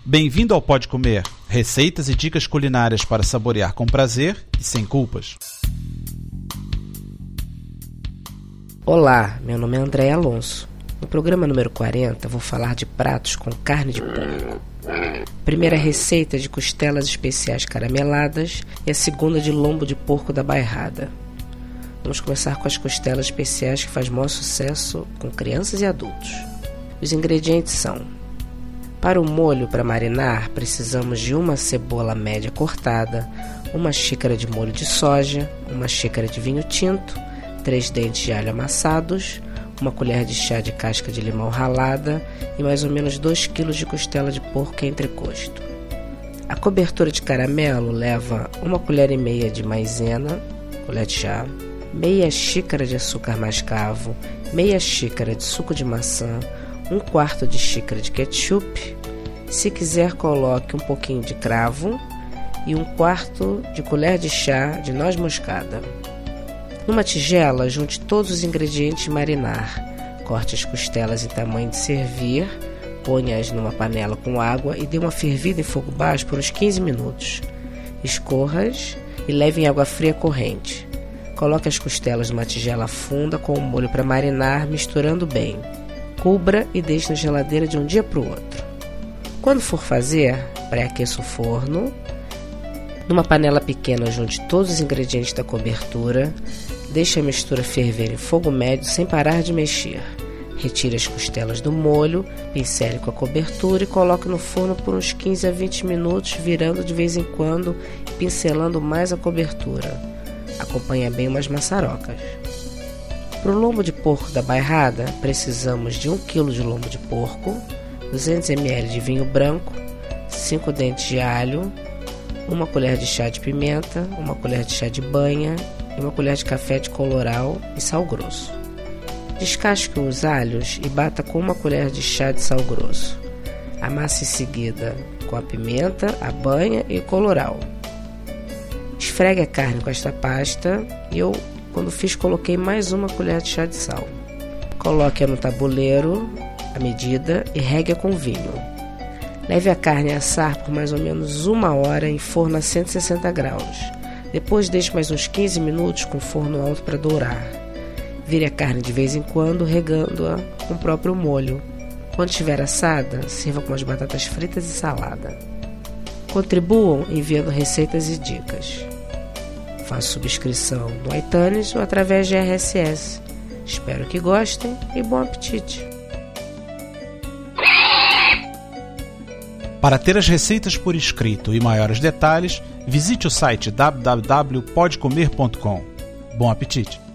Bem-vindo ao Pode Comer, receitas e dicas culinárias para saborear com prazer e sem culpas. Olá, meu nome é André Alonso. No programa número 40 vou falar de pratos com carne de porco. A primeira receita é de costelas especiais carameladas e a segunda de lombo de porco da bairrada. Vamos começar com as costelas especiais que faz maior sucesso com crianças e adultos. Os ingredientes são: para o molho para marinar, precisamos de uma cebola média cortada, uma xícara de molho de soja, uma xícara de vinho tinto, 3 dentes de alho amassados, uma colher de chá de casca de limão ralada e mais ou menos 2 kg de costela de porco entrecosto. A cobertura de caramelo leva 1,5 colher de maisena, colher de chá, meia xícara de açúcar mascavo, meia xícara de suco de maçã, 1/4 de xícara de ketchup. Se quiser, coloque um pouquinho de cravo e 1/4 de colher de chá de noz moscada. Numa tigela, junte todos os ingredientes e marinar. Corte as costelas em tamanho de servir, ponha-as numa panela com água e dê uma fervida em fogo baixo por uns 15 minutos. Escorra-as e leve em água fria corrente. Coloque as costelas numa tigela funda com o molho para marinar, misturando bem. Cubra e deixe na geladeira de um dia para o outro. Quando for fazer, pré-aqueça o forno. Numa panela pequena, junte todos os ingredientes da cobertura. Deixe a mistura ferver em fogo médio sem parar de mexer. Retire as costelas do molho, pincele com a cobertura e coloque no forno por uns 15 a 20 minutos, virando de vez em quando e pincelando mais a cobertura. Acompanha bem umas maçarocas. Para o lombo de porco da bairrada, precisamos de 1 kg de lombo de porco, 200 ml de vinho branco, 5 dentes de alho, 1 colher de chá de pimenta, 1 colher de chá de banha e 1 colher de café de colorau e sal grosso. Descasque os alhos e bata com 1 colher de chá de sal grosso. Amasse em seguida com a pimenta, a banha e o colorau. Esfregue a carne com esta pasta e quando fiz, coloquei mais 1 colher de chá de sal. Coloque-a no tabuleiro, a medida, e regue-a com vinho. Leve a carne a assar por mais ou menos 1 hora em forno a 160 graus. Depois deixe mais uns 15 minutos com forno alto para dourar. Vire a carne de vez em quando, regando-a com o próprio molho. Quando estiver assada, sirva com as batatas fritas e salada. Contribuam enviando receitas e dicas. Faça subscrição no iTunes ou através de RSS. Espero que gostem e bom apetite! Para ter as receitas por escrito e maiores detalhes, visite o site www.podecomer.com. Bom apetite!